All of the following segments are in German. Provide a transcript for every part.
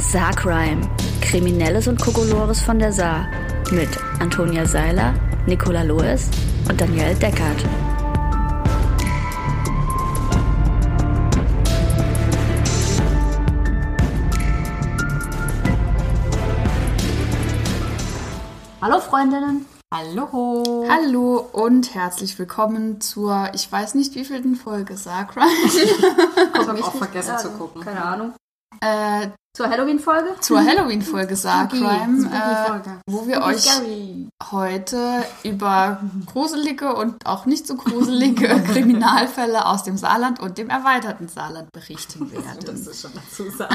Saarcrime. Kriminelles und Kokolores von der Saar. Mit Antonia Seiler, Nicola Loes und Danielle Deckert. Hallo Freundinnen. Hallo. Hallo und herzlich willkommen zur, ich weiß nicht wievielten Folge Saarcrime. Ich habe auch vergessen zu gucken. Keine Ahnung. Zur Halloween-Folge? Zur Halloween-Folge Saarcrime, Folge. wo wir euch heute über gruselige und auch nicht so gruselige Kriminalfälle aus dem Saarland und dem erweiterten Saarland berichten werden. Das ist schon dazu sagen.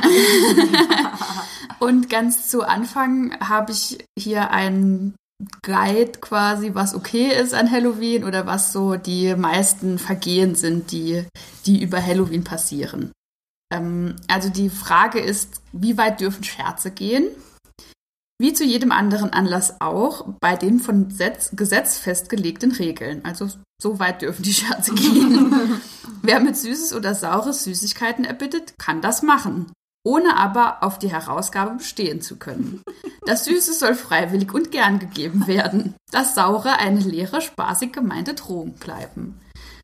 Und ganz zu Anfang habe ich hier einen Guide quasi, was okay ist an Halloween oder was so die meisten Vergehen sind, die über Halloween passieren. Also die Frage ist, wie weit dürfen Scherze gehen? Wie zu jedem anderen Anlass auch, bei den von Gesetz festgelegten Regeln. Also so weit dürfen die Scherze gehen. Wer mit Süßes oder Saures Süßigkeiten erbittet, kann das machen, ohne aber auf die Herausgabe bestehen zu können. Das Süße soll freiwillig und gern gegeben werden. Das Saure eine leere, spaßig gemeinte Drohung bleiben.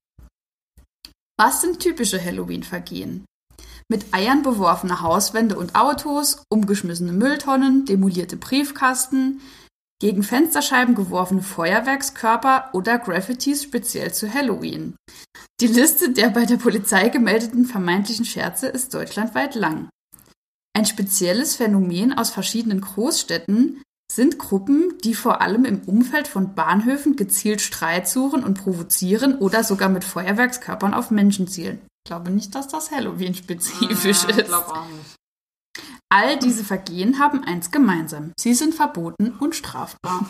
Was sind typische Halloween-Vergehen? Mit Eiern beworfene Hauswände und Autos, umgeschmissene Mülltonnen, demolierte Briefkasten, gegen Fensterscheiben geworfene Feuerwerkskörper oder Graffitis speziell zu Halloween. Die Liste der bei der Polizei gemeldeten vermeintlichen Scherze ist deutschlandweit lang. Ein spezielles Phänomen aus verschiedenen Großstädten sind Gruppen, die vor allem im Umfeld von Bahnhöfen gezielt Streit suchen und provozieren oder sogar mit Feuerwerkskörpern auf Menschen zielen. Ich glaube nicht, dass das Halloween-spezifisch ist. Ich glaube auch nicht. All diese Vergehen haben eins gemeinsam. Sie sind verboten und strafbar.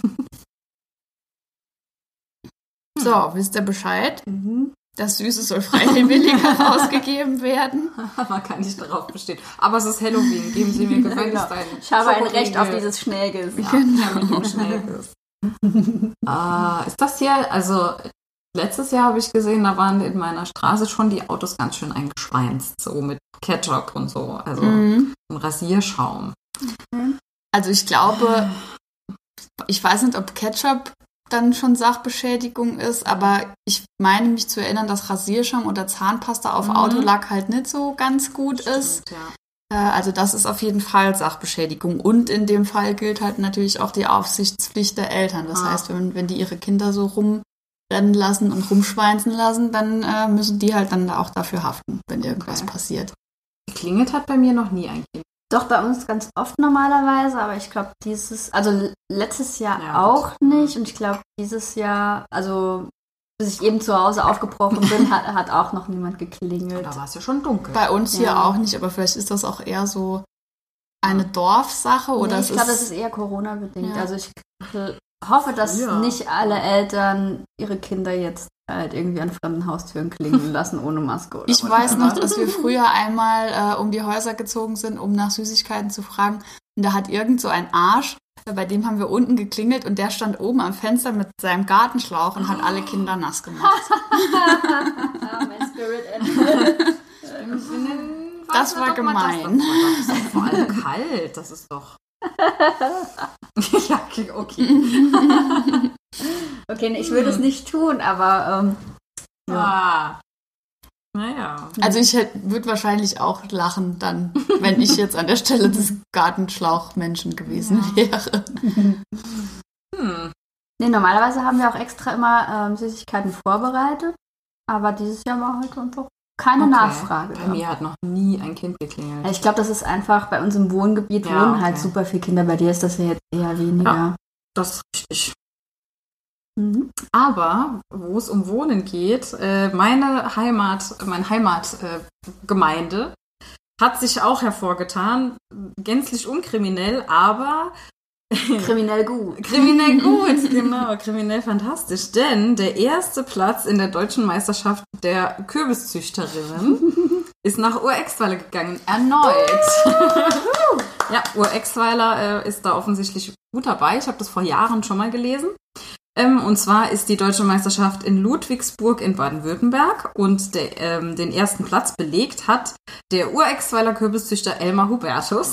So, wisst ihr Bescheid? Das Süße soll freiwillig ausgegeben werden. Man kann nicht darauf bestehen. Aber es ist Halloween. Geben Sie mir gefälligst ein Ich habe ein Recht auf dieses Schnellges. Ja, mit dem Schnellges. Ist das hier, also letztes Jahr habe ich gesehen, da waren in meiner Straße schon die Autos ganz schön eingeschweinst, so mit Ketchup und so, also ein Rasierschaum. Also ich glaube, ich weiß nicht, ob Ketchup dann schon Sachbeschädigung ist, aber ich meine mich zu erinnern, dass Rasierschaum oder Zahnpasta auf Autolack halt nicht so ganz gut ist. Ja. Also das ist auf jeden Fall Sachbeschädigung. Und in dem Fall gilt halt natürlich auch die Aufsichtspflicht der Eltern. Das heißt, wenn die ihre Kinder so rumrennen lassen und rumschweinzen lassen, dann müssen die halt dann auch dafür haften, wenn irgendwas passiert. Geklingelt hat bei mir noch nie ein Kind. Doch, bei uns ganz oft normalerweise, aber ich glaube also letztes Jahr Ja, auch nicht und ich glaube dieses Jahr, also bis ich eben zu Hause aufgebrochen bin, hat auch noch niemand geklingelt. Da war es ja schon dunkel. Bei uns hier Ja. auch nicht, aber vielleicht ist das auch eher so eine Dorfsache oder Nee, ich glaube, das ist eher Corona-bedingt. Ja. Also ich hoffe, dass Ja. nicht alle Eltern ihre Kinder jetzt halt irgendwie an fremden Haustüren klingeln lassen ohne Maske oder Ich was weiß auch immer. noch, dass wir früher einmal um die Häuser gezogen sind, um nach Süßigkeiten zu fragen. Und da hat irgend so ein Arsch, bei dem haben wir unten geklingelt und der stand oben am Fenster mit seinem Gartenschlauch und hat alle Kinder nass gemacht. mein Spirit Animal. Das war gemein. Das ist doch vor allem kalt. Das ist doch... Ja, okay. Okay, nee, ich würde es nicht tun, aber Naja. Also ich würde wahrscheinlich auch lachen dann, wenn ich jetzt an der Stelle des Gartenschlauchmenschen gewesen wäre. nee, normalerweise haben wir auch extra immer Süßigkeiten vorbereitet, aber dieses Jahr war halt einfach keine Nachfrage. Bei mir hat noch nie ein Kind geklingelt. Ich glaube, das ist einfach, bei uns im Wohngebiet wohnen halt super viele Kinder. Bei dir ist das ja jetzt eher weniger. Ja. Das ist richtig. Mhm. Aber, wo es um Wohnen geht, meine Heimatgemeinde hat sich auch hervorgetan, gänzlich unkriminell, aber Kriminell gut. kriminell gut, genau, kriminell fantastisch, denn der erste Platz in der deutschen Meisterschaft der Kürbiszüchterinnen ist nach Urexweiler gegangen, erneut. Ja, Urexweiler ist da offensichtlich gut dabei, ich habe das vor Jahren schon mal gelesen. Und zwar ist die Deutsche Meisterschaft in Ludwigsburg in Baden-Württemberg und den ersten Platz belegt hat der Urexweiler Kürbiszüchter Elmar Hubertus.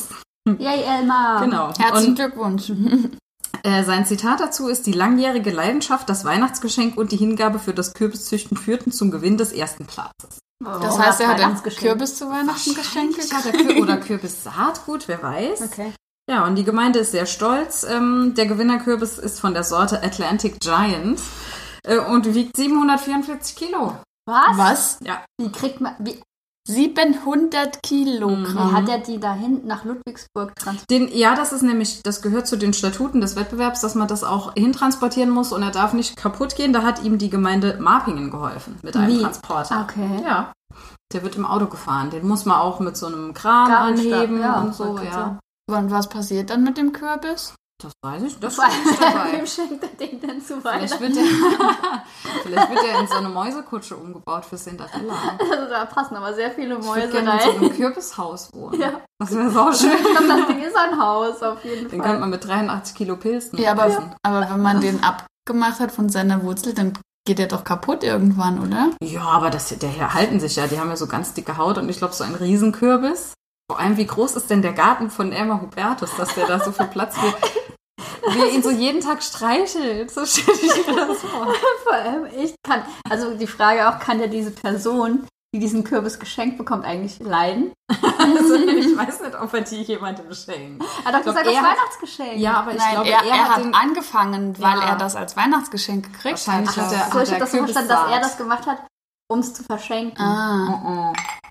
Yay, Elmar! Genau. Herzlichen Glückwunsch. Sein Zitat dazu ist: Die langjährige Leidenschaft, das Weihnachtsgeschenk und die Hingabe für das Kürbiszüchten führten zum Gewinn des ersten Platzes. Das heißt, er hat einen Kürbis zu Weihnachten geschenkt? Oder Kürbissaatgut, wer weiß. Okay. Ja, und die Gemeinde ist sehr stolz. Der Gewinnerkürbis ist von der Sorte Atlantic Giant und wiegt 744 Kilo. Was? Ja. Wie kriegt man... Wie 700 Kilogramm. hat er die da hinten nach Ludwigsburg transportiert? Das gehört zu den Statuten des Wettbewerbs, dass man das auch hintransportieren muss und er darf nicht kaputt gehen. Da hat ihm die Gemeinde Marpingen geholfen mit einem Transporter. Okay. Ja. Der wird im Auto gefahren. Den muss man auch mit so einem Kran anheben und so, ja. Und was passiert dann mit dem Kürbis? Das weiß ich, das ist nicht dabei. Wem schenkt er den denn zu Weihnachten? Vielleicht wird er in so eine Mäusekutsche umgebaut für Cinderella. Also da passen aber sehr viele Ich Mäuse würde gerne in so rein. einem Kürbishaus wohnen. Ja. Das wäre so schön. Ich glaube, das Ding ist ein Haus, auf jeden Den Fall. könnte man mit 83 Kilo Pilzen Ja, essen. aber wenn man den abgemacht hat von seiner Wurzel, dann geht der doch kaputt irgendwann, oder? Ja, aber der halten sich ja. Die haben ja so ganz dicke Haut und ich glaube, so ein Riesenkürbis. Vor allem, wie groß ist denn der Garten von Elmar Hubertus, dass der da so viel Platz wird? Wie er ihn so jeden Tag streichelt. So stelle ich mir das vor. Vor allem, also die Frage auch, kann ja diese Person, die diesen Kürbis geschenkt bekommt, eigentlich leiden? Also, ich weiß nicht, ob er die jemandem schenkt. Er hat doch gesagt, das Weihnachtsgeschenk. Ja, aber ich Nein, glaube, er hat den angefangen, weil Ja. er das als Weihnachtsgeschenk gekriegt hat. Wahrscheinlich hat er- So, ich habe der das so verstanden, dass er Kürbissaat. das gemacht hat, um es zu verschenken. Ah,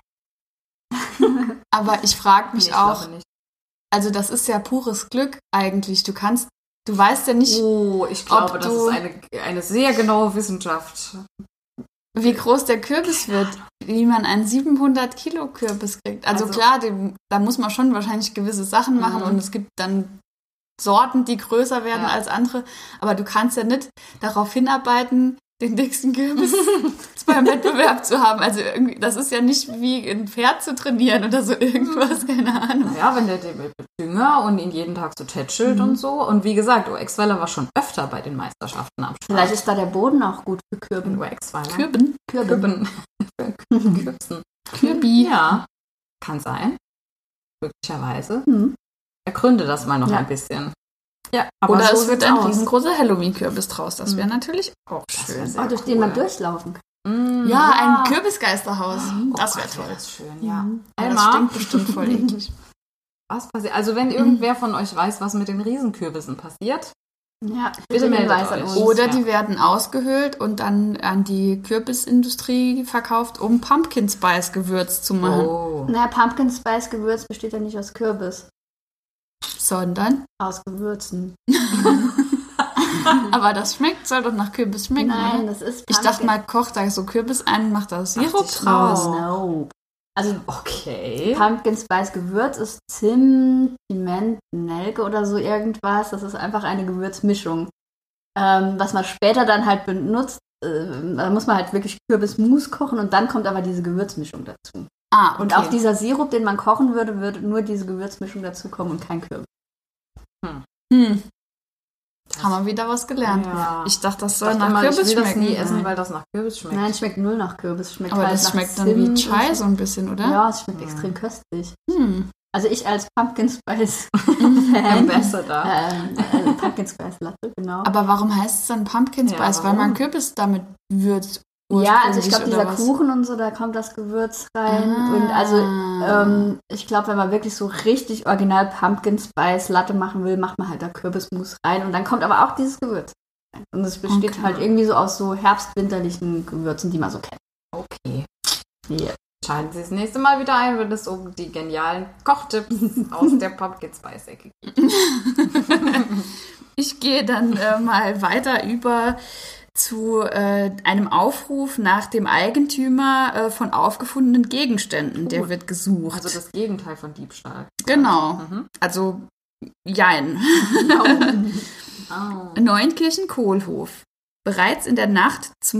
aber ich frage mich auch, glaube nicht. also das ist ja pures Glück eigentlich. Du weißt ja nicht, Oh, ich glaube, ob das du- ist eine sehr genaue Wissenschaft. wie groß der Kürbis wird, wie man einen 700 Kilo Kürbis kriegt. Also klar, da muss man schon wahrscheinlich gewisse Sachen machen und es gibt dann Sorten, die größer werden als andere. Aber du kannst ja nicht darauf hinarbeiten, den dicksten Kürbis beim Wettbewerb zu haben. Also irgendwie, das ist ja nicht wie ein Pferd zu trainieren oder so irgendwas, keine Ahnung. Ja, wenn der mit Dünger und ihn jeden Tag so tätschelt und so. Und wie gesagt, Oexweiler war schon öfter bei den Meisterschaften am Start. Vielleicht ist da der Boden auch gut für in Kürben. Oexweiler. Kürben? Kürben. Kürbsen. Kürbi. Ja, kann sein. Möglicherweise. Mhm. Ergründe das mal noch Ja. ein bisschen. Ja, aber Oder so es wird sieht's ein aus. riesengroßer Halloween-Kürbis draus. Das wäre natürlich auch Das schön. wär sehr Oh, durch cool. den man durchlaufen kann. Ja, ein Kürbisgeisterhaus. Oh Das wäre Gott, toll. wär das schön, ja. Aber das Elmar, stinkt bestimmt voll eklig. was passiert? Also wenn irgendwer von euch weiß, was mit den Riesenkürbissen passiert, Ja, Bitte meldet Hinweis an euch. uns. Oder Ja. die werden ausgehöhlt und dann an die Kürbisindustrie verkauft, um Pumpkin Spice Gewürz zu machen. oh. Naja, Pumpkin Spice Gewürz besteht ja nicht aus Kürbis. Sondern, Aus Gewürzen. aber das soll doch nach Kürbis schmecken, Nein, oder? das ist Ich dachte mal, kocht da so Kürbis ein, macht da Sirup Dachte ich draus. auch. No. Also Okay. Pumpkin Spice Gewürz ist Zimt, Piment, Nelke oder so irgendwas. Das ist einfach eine Gewürzmischung. Was man später dann halt benutzt, da muss man halt wirklich Kürbismus kochen und dann kommt aber diese Gewürzmischung dazu. Ah, okay. Und auch dieser Sirup, den man kochen würde, würde nur diese Gewürzmischung dazu kommen und kein Kürbis. Haben wir wieder was gelernt. Ja. Ich dachte, das Ich soll dachte nach immer, Kürbis ich will das schmecken. nie essen, weil das nach Kürbis schmeckt. Nein, schmeckt null nach Kürbis. Schmeckt aber halt das nach schmeckt dann wie Zimt Chai und so ein bisschen, oder? Ja, es schmeckt extrem köstlich. Hm. Also ich als Pumpkin Spice Ambassador. Pumpkin Spice Latte, genau. Aber warum heißt es dann Pumpkin Ja, Spice? Weil warum? man Kürbis damit würzt. Ja, also ich glaube, ursprünglich, dieser oder was? Kuchen und so, da kommt das Gewürz rein. Ah. Und also, ich glaube, wenn man wirklich so richtig original Pumpkin Spice Latte machen will, macht man halt da Kürbismus rein. Und dann kommt aber auch dieses Gewürz rein. Und es besteht Okay. halt irgendwie so aus so herbstwinterlichen Gewürzen, die man so kennt. Okay. Ja. Schalten Sie das nächste Mal wieder ein, wenn es um die genialen Kochtipps aus der Pumpkin Spice Ecke geht. Ich gehe dann mal weiter über zu einem Aufruf nach dem Eigentümer von aufgefundenen Gegenständen. Der wird gesucht. Also das Gegenteil von Diebstahl. Genau. Mhm. Also, jein. Oh. Neunkirchen-Kohlhof. Bereits in der Nacht zum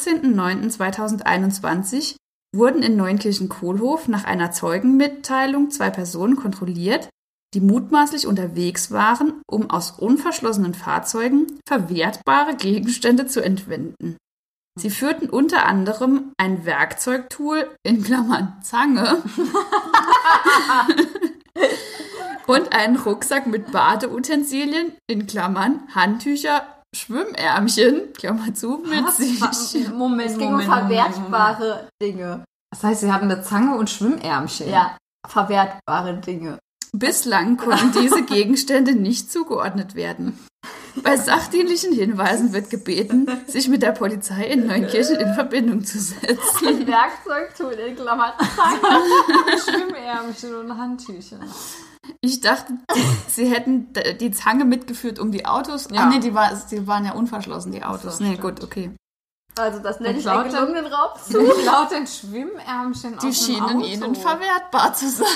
14.09.2021 wurden in Neunkirchen-Kohlhof nach einer Zeugenmitteilung 2 Personen kontrolliert, die mutmaßlich unterwegs waren, um aus unverschlossenen Fahrzeugen verwertbare Gegenstände zu entwenden. Sie führten unter anderem ein Werkzeugtool, in Klammern Zange, Und einen Rucksack mit Badeutensilien, in Klammern, Handtücher, Schwimmärmchen, Klammer zu, mit sich. Es ging um verwertbare Dinge. Das heißt, sie hatten eine Zange und Schwimmärmchen. Ja, verwertbare Dinge. Bislang konnten diese Gegenstände nicht zugeordnet werden. Bei sachdienlichen Hinweisen wird gebeten, sich mit der Polizei in Neunkirchen in Verbindung zu setzen. Ein Werkzeugtool in Klammern. Schwimmärmchen und Handtücher. Ich dachte, sie hätten die Zange mitgeführt, um die Autos... Ja. Ah, nee, die waren ja unverschlossen, die Autos. So, Nee, stimmt. gut, okay. Also das nenne ich Klaut einen gelungenen Raubzug. Sie klaut den Schwimmärmchen Die aus dem schienen Auto. ihnen verwertbar zu sein.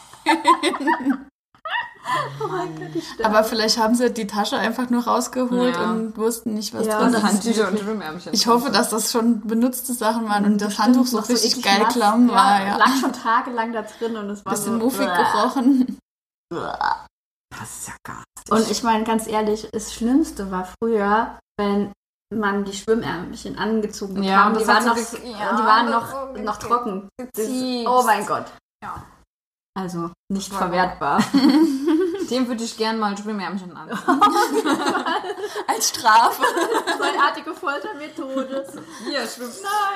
Oh mein Gott, ich sterbe. Aber vielleicht haben sie die Tasche einfach nur rausgeholt Ja. und wussten nicht, was Ja, drin Und das ist. Handtücher und Schwimmärmchen. Ich hoffe, dass das schon benutzte Sachen waren und das Handtuch so Noch richtig eklig geil nass. klamm war. Ja. Lag schon tagelang da drin und es war Bisschen so... muffig gerochen. Das ist ja gar nicht. Und ich meine, ganz ehrlich, das Schlimmste war früher, wenn man die Schwimmärmchen angezogen bekam. Ja, und die das waren hat noch, so und ge- die ja, waren das noch, so noch trocken. Das, gezielt. oh mein Gott. Ja. Also nicht war verwertbar. Dem würde ich gerne mal Schwimmärmchen anziehen. Als Strafe. Neuartige Foltermethode. Hier, Schwimm.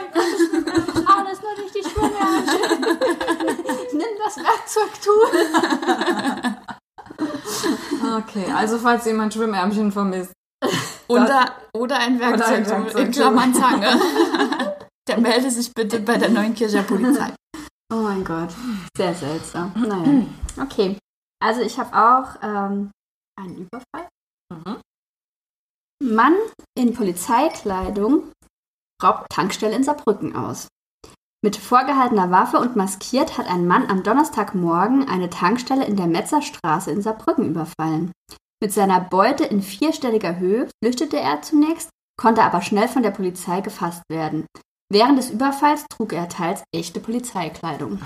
Alles nur nicht die Schwimmärmchen. Nimm das Werkzeugtool. Okay, also falls jemand Schwimmärmchen vermisst. Oder ein Werkzeug, Werkzeug. in Klammern Zange. Der melde sich bitte bei der Neunkircher Polizei. Oh mein Gott. Sehr seltsam. Naja. Okay. Also ich habe auch einen Überfall. Mhm. Mann in Polizeikleidung raubt Tankstelle in Saarbrücken aus. Mit vorgehaltener Waffe und maskiert hat ein Mann am Donnerstagmorgen eine Tankstelle in der Metzerstraße in Saarbrücken überfallen. Mit seiner Beute in 4-stelliger Höhe flüchtete er zunächst, konnte aber schnell von der Polizei gefasst werden. Während des Überfalls trug er teils echte Polizeikleidung.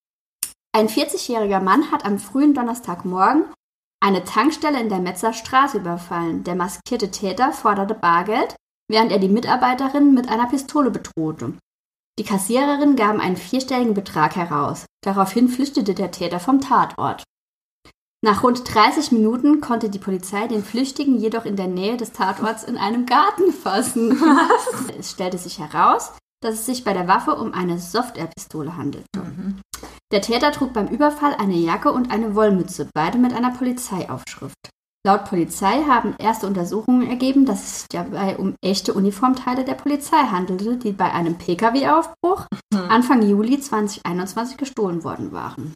Ein 40-jähriger Mann hat am frühen Donnerstagmorgen eine Tankstelle in der Metzerstraße überfallen. Der maskierte Täter forderte Bargeld, während er die Mitarbeiterin mit einer Pistole bedrohte. Die Kassiererin gaben einen 4-stelligen Betrag heraus. Daraufhin flüchtete der Täter vom Tatort. Nach rund 30 Minuten konnte die Polizei den Flüchtigen jedoch in der Nähe des Tatorts in einem Garten fassen. Es stellte sich heraus, dass es sich bei der Waffe um eine Soft-Air-Pistole handelte. Der Täter trug beim Überfall eine Jacke und eine Wollmütze, beide mit einer Polizeiaufschrift. Laut Polizei haben erste Untersuchungen ergeben, dass es sich dabei um echte Uniformteile der Polizei handelte, die bei einem Pkw-Aufbruch Anfang Juli 2021 gestohlen worden waren.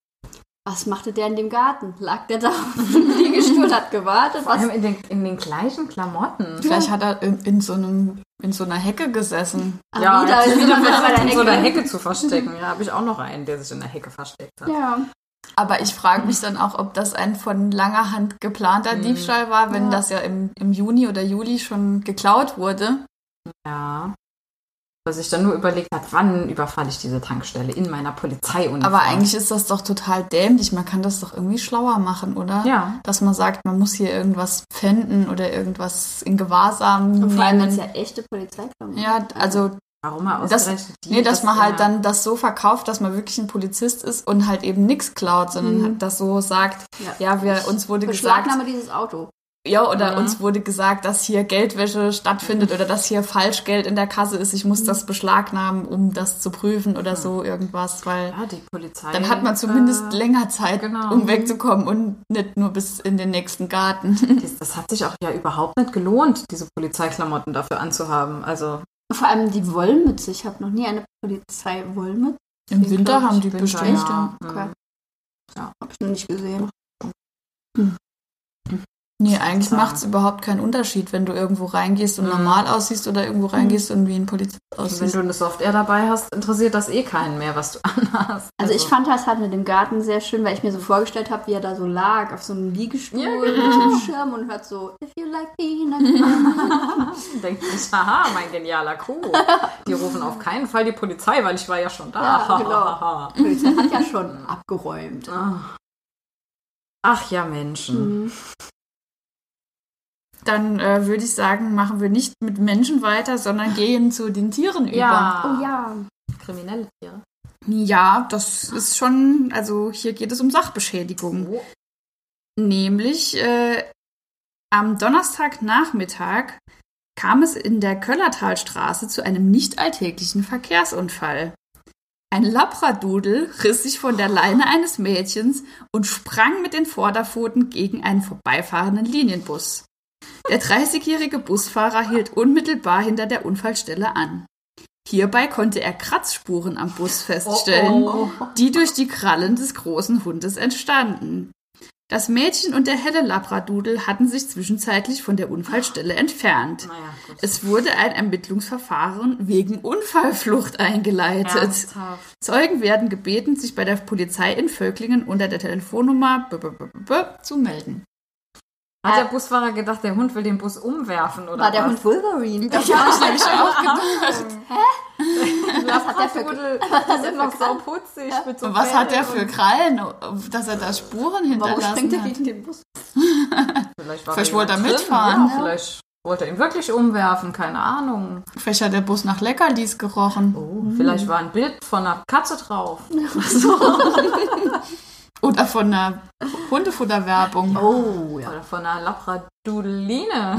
Was machte der in dem Garten? Lag der da auf dem Liegestuhl, hat gewartet? Vor allem in den gleichen Klamotten. Vielleicht hat er in so einer Hecke gesessen. Wieder jetzt wieder bei der versucht, in so einer Hecke. Hecke zu verstecken. Ja, habe ich auch noch einen, der sich in der Hecke versteckt hat. Ja. Aber ich frage mich dann auch, ob das ein von langer Hand geplanter Diebstahl war, wenn das ja im Juni oder Juli schon geklaut wurde. Ja. Was ich dann nur überlegt habe, wann überfalle ich diese Tankstelle in meiner Polizeiuniform. Aber eigentlich ist das doch total dämlich. Man kann das doch irgendwie schlauer machen, oder? Ja. Dass man sagt, man muss hier irgendwas pfänden oder irgendwas in Gewahrsam Und vor allem nehmen. ist ja echte Polizeiklamotten. Ja, also Warum er dass ausgerechnet die? dass man halt ja. dann das so verkauft, dass man wirklich ein Polizist ist und halt eben nichts klaut, sondern halt das so sagt, uns wurde gesagt, Beschlagnahme dieses Auto. uns wurde gesagt, dass hier Geldwäsche stattfindet oder dass hier Falschgeld in der Kasse ist. Ich muss das beschlagnahmen, um das zu prüfen oder so irgendwas, weil Ja, die Polizei. dann hat man zumindest länger Zeit, genau. um wegzukommen und nicht nur bis in den nächsten Garten. Das hat sich auch ja überhaupt nicht gelohnt, diese Polizeiklamotten dafür anzuhaben. Also Vor allem die Wollmütze. Ich habe noch nie eine Polizei-Wollmütze. Im Winter haben die Winter, bestimmt. ja. Okay. Ja. Habe ich noch nicht gesehen. Nee, eigentlich sagen. macht es überhaupt keinen Unterschied, wenn du irgendwo reingehst und normal aussiehst oder irgendwo reingehst und wie ein Polizist Wenn aussiehst. du eine Software dabei hast, interessiert das eh keinen mehr, was du anhast. Also ich fand das halt mit dem Garten sehr schön, weil ich mir so vorgestellt habe, wie er da so lag, auf so einem Liegestuhl mit dem Schirm und hört so, if you like peanuts. Denkt sich, haha, mein genialer Kuh. Die rufen auf keinen Fall die Polizei, weil ich war ja schon da. Ja, genau. Die Polizei hat ja schon abgeräumt. Ach ja, Menschen. Dann würde ich sagen, machen wir nicht mit Menschen weiter, sondern gehen zu den Tieren über. Oh ja. Kriminelle Tiere. Ja, das ist schon, also hier geht es um Sachbeschädigung. Oh. Nämlich am Donnerstagnachmittag kam es in der Köllertalstraße zu einem nicht alltäglichen Verkehrsunfall. Ein Labradudel riss sich von der Leine eines Mädchens und sprang mit den Vorderpfoten gegen einen vorbeifahrenden Linienbus. Der 30-jährige Busfahrer hielt unmittelbar hinter der Unfallstelle an. Hierbei konnte er Kratzspuren am Bus feststellen, die durch die Krallen des großen Hundes entstanden. Das Mädchen und der helle Labradudel hatten sich zwischenzeitlich von der Unfallstelle entfernt. Es wurde ein Ermittlungsverfahren wegen Unfallflucht eingeleitet. Ernsthaft? Zeugen werden gebeten, sich bei der Polizei in Völklingen unter der Telefonnummer zu melden. Hat der Busfahrer gedacht, der Hund will den Bus umwerfen, oder War der was? Hund Wolverine? Das habe ich nämlich auch gedacht. Was hat der für Die sind noch so putzig mit so Was hat der Fell für Krallen, dass er da Spuren Warum hinterlassen springt er hat? gegen den Bus? Vielleicht wollte er drin. mitfahren. Ja, vielleicht wollte er ihn wirklich umwerfen, keine Ahnung. Vielleicht hat der Bus nach Leckerlis gerochen. Vielleicht war ein Bild von einer Katze drauf. Oder von einer Hundefutterwerbung. Oh, ja. Oder von einer Labradudeline.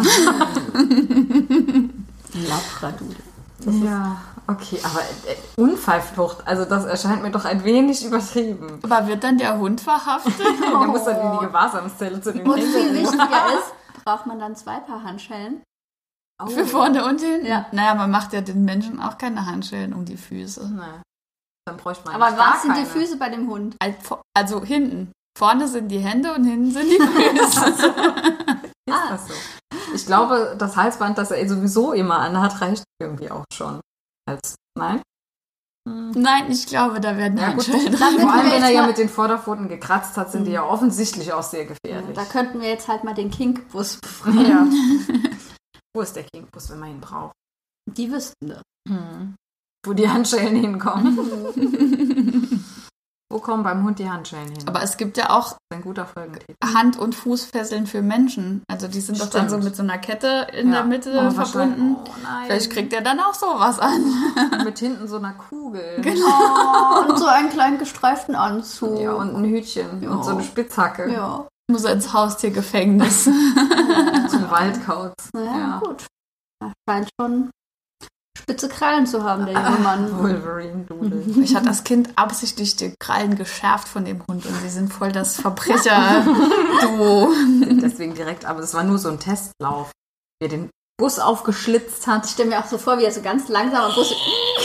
Labradudel. Ja, okay, aber Unfallflucht, also das erscheint mir doch ein wenig übertrieben. Aber wird dann der Hund verhaftet? Der muss dann in die Gewahrsamszelle zu dem Und viel Kind. wichtiger ist, braucht man dann 2 Paar Handschellen. Für vorne und hinten? Ja. Naja, man macht ja den Menschen auch keine Handschellen um die Füße. Nee, dann bräuchte man Aber eigentlich gar was sind die keine. Füße bei dem Hund? Also hinten. Vorne sind die Hände und hinten sind die Füße. Ist das so? Ich glaube, das Halsband, das er sowieso immer anhat, reicht irgendwie auch schon. Nein? Nein, ich glaube, da werden Ja, gut. Handschellen Dann Vor allem, wir wenn er jetzt ja mal- mit den Vorderpfoten gekratzt hat, sind die ja offensichtlich auch sehr gefährlich. Da könnten wir jetzt halt mal den Kinkbus befragen. Ja. Wo ist der Kinkbus, wenn man ihn braucht? Die wüssten das. Wo die Handschellen hinkommen. Wo kommen beim Hund die Handschellen hin? Aber es gibt ja auch Das ist ein guter Folgentitel. Hand- und Fußfesseln für Menschen. Also die sind doch dann so Stimmt. mit so einer Kette in der Mitte verbunden. Oh nein. Vielleicht kriegt er dann auch sowas an. mit hinten so einer Kugel. Oh, und so einen kleinen gestreiften Anzug. Ja, und ein Hütchen und so eine Spitzhacke. Ja. Muss er ins Haustiergefängnis. Zum Waldkauz. Ja, gut. Er scheint schon spitze Krallen zu haben, der junge Mann. Wolverine-Dudel. Ich hatte als Kind absichtlich die Krallen geschärft von dem Hund und sie sind voll das Verbrecher-Duo. Deswegen direkt, aber das war nur so ein Testlauf. Wie er den Bus aufgeschlitzt hat. Ich stelle mir auch so vor, wie er so ganz langsam am Bus...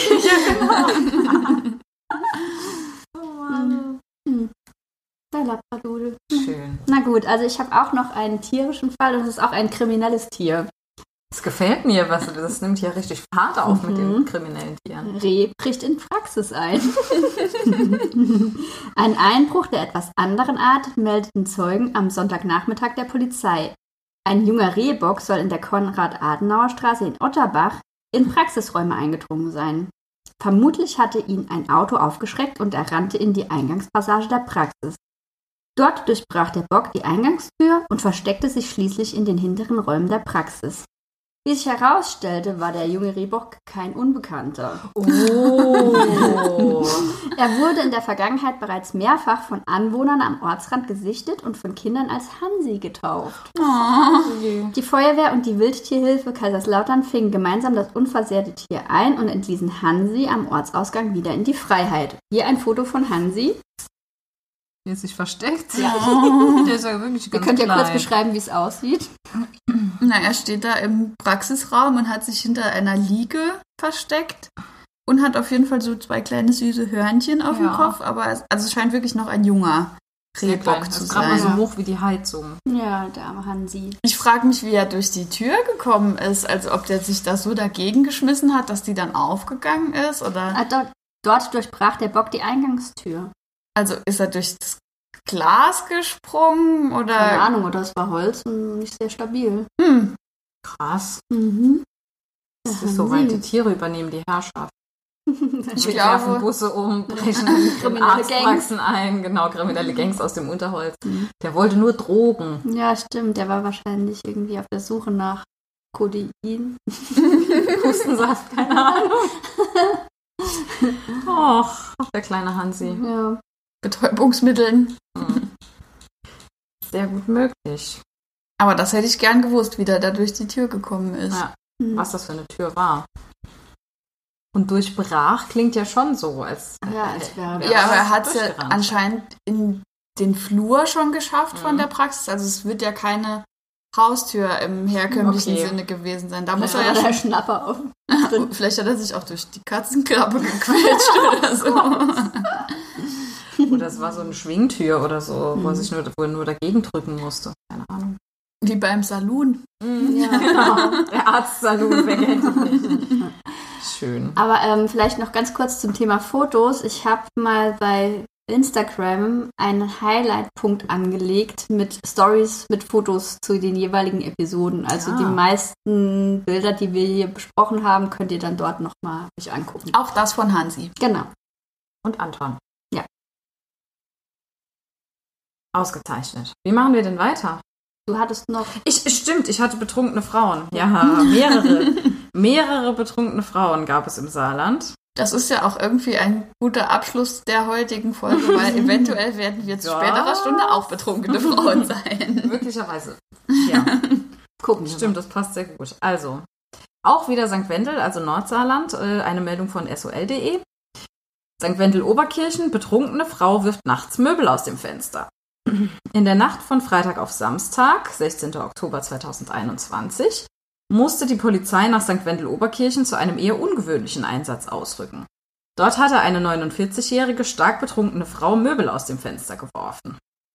Der Labradudel. Schön. Na gut, also ich habe auch noch einen tierischen Fall und es ist auch ein kriminelles Tier. Das gefällt mir, das nimmt hier richtig Fahrt auf mit den kriminellen Tieren. Reh bricht in Praxis ein. Ein Einbruch der etwas anderen Art meldeten Zeugen am Sonntagnachmittag der Polizei. Ein junger Rehbock soll in der Konrad-Adenauer-Straße in Otterbach in Praxisräume eingedrungen sein. Vermutlich hatte ihn ein Auto aufgeschreckt und er rannte in die Eingangspassage der Praxis. Dort durchbrach der Bock die Eingangstür und versteckte sich schließlich in den hinteren Räumen der Praxis. Wie sich herausstellte, war der junge Rehbock kein Unbekannter. Oh. Er wurde in der Vergangenheit bereits mehrfach von Anwohnern am Ortsrand gesichtet und von Kindern als Hansi getauft. Die Feuerwehr und die Wildtierhilfe Kaiserslautern fingen gemeinsam das unversehrte Tier ein und entließen Hansi am Ortsausgang wieder in die Freiheit. Hier ein Foto von Hansi. Wie er sich versteckt. Ja, Der ist ja wirklich Ihr ganz könnt ja kurz klein. beschreiben, wie es aussieht. Na, er steht da im Praxisraum und hat sich hinter einer Liege versteckt und hat auf jeden Fall so 2 kleine süße Hörnchen auf dem Ja. Kopf, aber es scheint wirklich noch ein junger Sehr klein. Rehbock Das zu ist gerade mal sein. so hoch wie die Heizung. Ja, der arme Hansi. Ich frage mich, wie er durch die Tür gekommen ist, als ob der sich da so dagegen geschmissen hat, dass die dann aufgegangen ist, oder? Dort durchbrach der Bock die Eingangstür. Also ist er durch das Glas gesprungen, oder? Keine Ahnung, oder es war Holz und nicht sehr stabil. Krass. Mhm. Das ist so weit, die Tiere übernehmen die Herrschaft. Ich Wir werfen glaube, Busse um, brechen in Kriminelle Arztpraxen ein. Genau, kriminelle Gangs aus dem Unterholz. Der wollte nur Drogen. Ja, stimmt. Der war wahrscheinlich irgendwie auf der Suche nach Codein. Hustensaft, keine Ahnung. Och, der kleine Hansi. Ja. Betäubungsmitteln. sehr gut möglich. Aber das hätte ich gern gewusst, wie der da durch die Tür gekommen ist. Ja, was das für eine Tür war. Und durchbrach klingt ja schon so, als wäre Ja, aber er hat es ja durchgerannt. anscheinend in den Flur schon geschafft von der Praxis. Also es wird ja keine Haustür im herkömmlichen Sinne gewesen sein. Da muss er ja der schon... Schnapper auf. Vielleicht hat er sich auch durch die Katzenklappe gequetscht oder so. Oder es war so eine Schwingtür oder so, wo er nur dagegen drücken musste. Keine Ahnung. Wie beim Saloon. Ja. Genau. Der Arztsalon, wer kennt ihn nicht. Schön. Aber vielleicht noch ganz kurz zum Thema Fotos. Ich habe mal bei Instagram einen Highlight-Punkt angelegt mit Stories, mit Fotos zu den jeweiligen Episoden. Also die meisten Bilder, die wir hier besprochen haben, könnt ihr dann dort nochmal euch angucken. Auch das von Hansi. Genau. Und Anton. Ja. Ausgezeichnet. Wie machen wir denn weiter? Du hattest noch... Stimmt, ich hatte betrunkene Frauen. Ja, mehrere. Mehrere betrunkene Frauen gab es im Saarland. Das ist ja auch irgendwie ein guter Abschluss der heutigen Folge, weil eventuell werden wir zu späterer Stunde auch betrunkene Frauen sein. Möglicherweise. Ja. Gucken wir Stimmt, das passt sehr gut. Also, auch wieder St. Wendel, also Nordsaarland, eine Meldung von sol.de. St. Wendel-Oberkirchen, betrunkene Frau wirft nachts Möbel aus dem Fenster. In der Nacht von Freitag auf Samstag, 16. Oktober 2021, musste die Polizei nach St. Wendel-Oberkirchen zu einem eher ungewöhnlichen Einsatz ausrücken. Dort hatte eine 49-jährige, stark betrunkene Frau Möbel aus dem Fenster geworfen.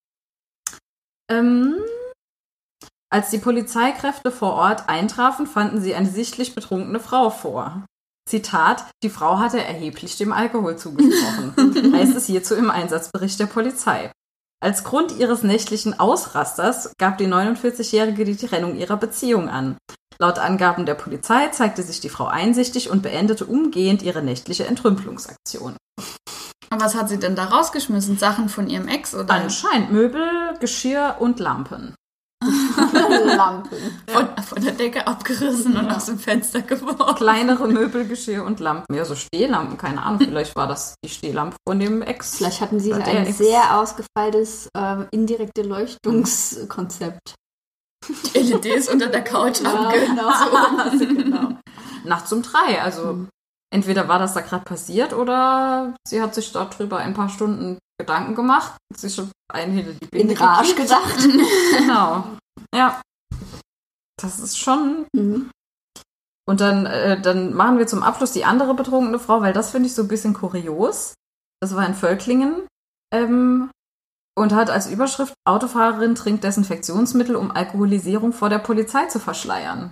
Als die Polizeikräfte vor Ort eintrafen, fanden sie eine sichtlich betrunkene Frau vor. Zitat, die Frau hatte erheblich dem Alkohol zugesprochen, heißt es hierzu im Einsatzbericht der Polizei. Als Grund ihres nächtlichen Ausrasters gab die 49-Jährige die Trennung ihrer Beziehung an. Laut Angaben der Polizei zeigte sich die Frau einsichtig und beendete umgehend ihre nächtliche Entrümpelungsaktion. Und was hat sie denn da rausgeschmissen? Sachen von ihrem Ex, oder? Anscheinend Möbel, Geschirr und Lampen. Lampen. Von der Decke abgerissen und aus dem Fenster geworfen. Kleinere Möbel, Geschirr und Lampen. Ja, so Stehlampen, keine Ahnung. Vielleicht war das die Stehlampe von dem Ex. Vielleicht hatten sie Oder ein der Ex. sehr ausgefeiltes indirekte Leuchtungskonzept. Die LEDs unter der Couch Genau. Nachts um 3. Also entweder war das da gerade passiert oder sie hat sich darüber ein paar Stunden Gedanken gemacht, sich schon einen hinter die Binde In Rage gekriegt. gedacht. Genau. Ja. Das ist schon... Und dann machen wir zum Abschluss die andere betrunkene Frau, weil das finde ich so ein bisschen kurios. Das war in Völklingen und hat als Überschrift Autofahrerin trinkt Desinfektionsmittel, um Alkoholisierung vor der Polizei zu verschleiern.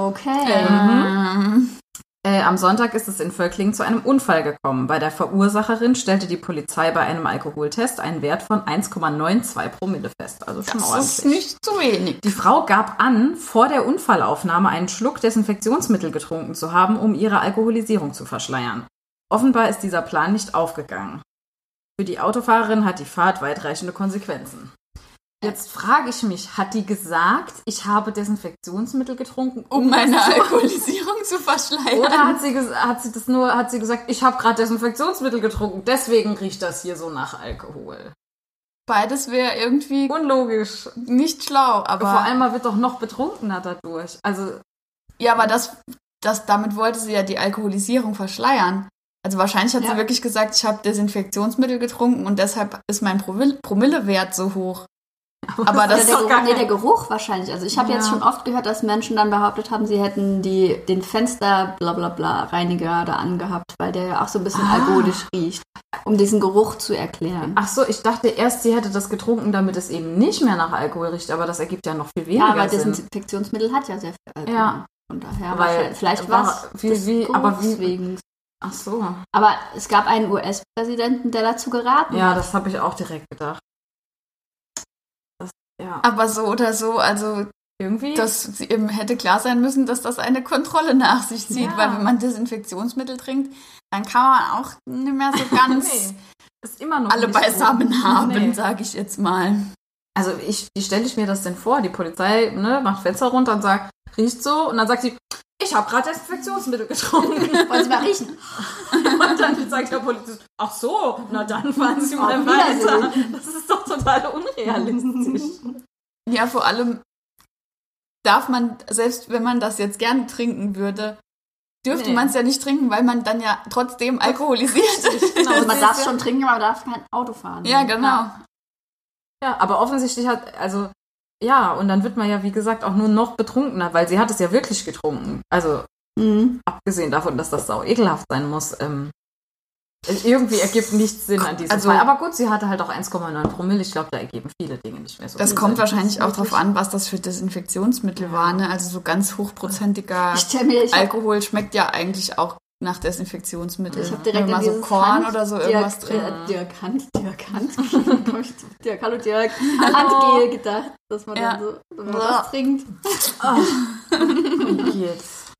Okay. Am Sonntag ist es in Völklingen zu einem Unfall gekommen. Bei der Verursacherin stellte die Polizei bei einem Alkoholtest einen Wert von 1,92 Promille fest. Also schon Das ordentlich. ist nicht zu wenig. Die Frau gab an, vor der Unfallaufnahme einen Schluck Desinfektionsmittel getrunken zu haben, um ihre Alkoholisierung zu verschleiern. Offenbar ist dieser Plan nicht aufgegangen. Für die Autofahrerin hat die Fahrt weitreichende Konsequenzen. Jetzt frage ich mich, hat die gesagt, ich habe Desinfektionsmittel getrunken, Um meine Alkoholisierung zu verschleiern. oder hat sie gesagt, ich habe gerade Desinfektionsmittel getrunken, deswegen riecht das hier so nach Alkohol. Beides wäre irgendwie Unlogisch. nicht schlau, aber... Vor allem, man wird doch noch betrunkener dadurch. Also, Ja, aber damit wollte sie ja die Alkoholisierung verschleiern. Also wahrscheinlich hat sie wirklich gesagt, ich habe Desinfektionsmittel getrunken und deshalb ist mein Promillewert so hoch. Aber das ist Der Geruch wahrscheinlich. Also ich habe jetzt schon oft gehört, dass Menschen dann behauptet haben, sie hätten den Fenster blablabla Reiniger da angehabt, weil der ja auch so ein bisschen alkoholisch riecht, um diesen Geruch zu erklären. ach so, ich dachte erst, sie hätte das getrunken, damit es eben nicht mehr nach Alkohol riecht, aber das ergibt ja noch viel weniger Ja, aber Sinn. Desinfektionsmittel hat ja sehr viel Alkohol. Ja. Von daher, Weil- vielleicht war- war es wie- wegen. Ach so. Aber es gab einen US-Präsidenten, der dazu geraten Ja, hat. das habe ich auch direkt gedacht. Ja, aber so oder so, also irgendwie. das eben hätte klar sein müssen, dass das eine Kontrolle nach sich zieht, Ja. weil wenn man Desinfektionsmittel trinkt, dann kann man auch nicht mehr so ganz Nee, ist immer noch alle nicht gut. beisammen haben, Nee. sage ich jetzt mal. Also wie stelle ich mir das denn vor? Die Polizei macht Fenster runter und sagt, riecht so, und dann sagt sie, ich habe gerade Desinfektionsmittel getrunken. Wollen Sie mal riechen? Und dann sagt der Polizist, ach so, na dann fahren Sie mal Auf Wiedersehen. weiter. Das ist doch total unrealistisch. Ja, vor allem darf man, selbst wenn man das jetzt gern trinken würde, dürfte man es ja nicht trinken, weil man dann ja trotzdem alkoholisiert ist. Genau, also man darf schon trinken, aber man darf kein Auto fahren. Ja, genau. Ja, aber offensichtlich und dann wird man ja, wie gesagt, auch nur noch betrunkener, weil sie hat es ja wirklich getrunken. Also, abgesehen davon, dass das sau ekelhaft sein muss, irgendwie ergibt nichts Sinn an diesem Fall. Aber gut, sie hatte halt auch 1,9 Promille. Ich glaube, da ergeben viele Dinge nicht mehr so. Das kommt wahrscheinlich auch darauf an, was das für Desinfektionsmittel war. Ne? Also so ganz hochprozentiger Alkohol schmeckt ja eigentlich auch nach Desinfektionsmittel. Ich habe direkt mal so Korn oder so irgendwas drin. Handgel gedacht, dass man dann so was trinkt. Jetzt.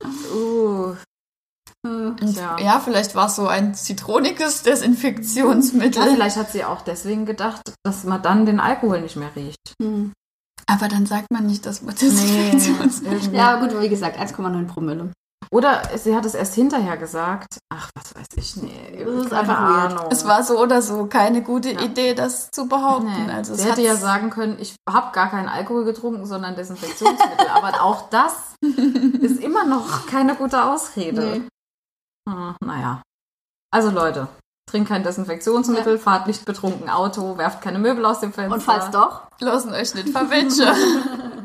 Ja, vielleicht war es so ein zitroniges Desinfektionsmittel. Ja, vielleicht hat sie auch deswegen gedacht, dass man dann den Alkohol nicht mehr riecht. Aber dann sagt man nicht, dass man Desinfektionsmittel... Ja, gut, wie gesagt, 1,9 Promille. Oder sie hat es erst hinterher gesagt. Ach, was weiß ich. Nee, das ist einfach Ahnung. Es war so oder so keine gute Idee, das zu behaupten. Nee. Also sie hätte ja sagen können, ich habe gar keinen Alkohol getrunken, sondern Desinfektionsmittel. Aber auch das ist immer noch keine gute Ausrede. Nee. Naja. Also Leute, trinkt kein Desinfektionsmittel, fahrt nicht betrunken Auto, werft keine Möbel aus dem Fenster. Und falls doch, lassen euch nicht verwitschen.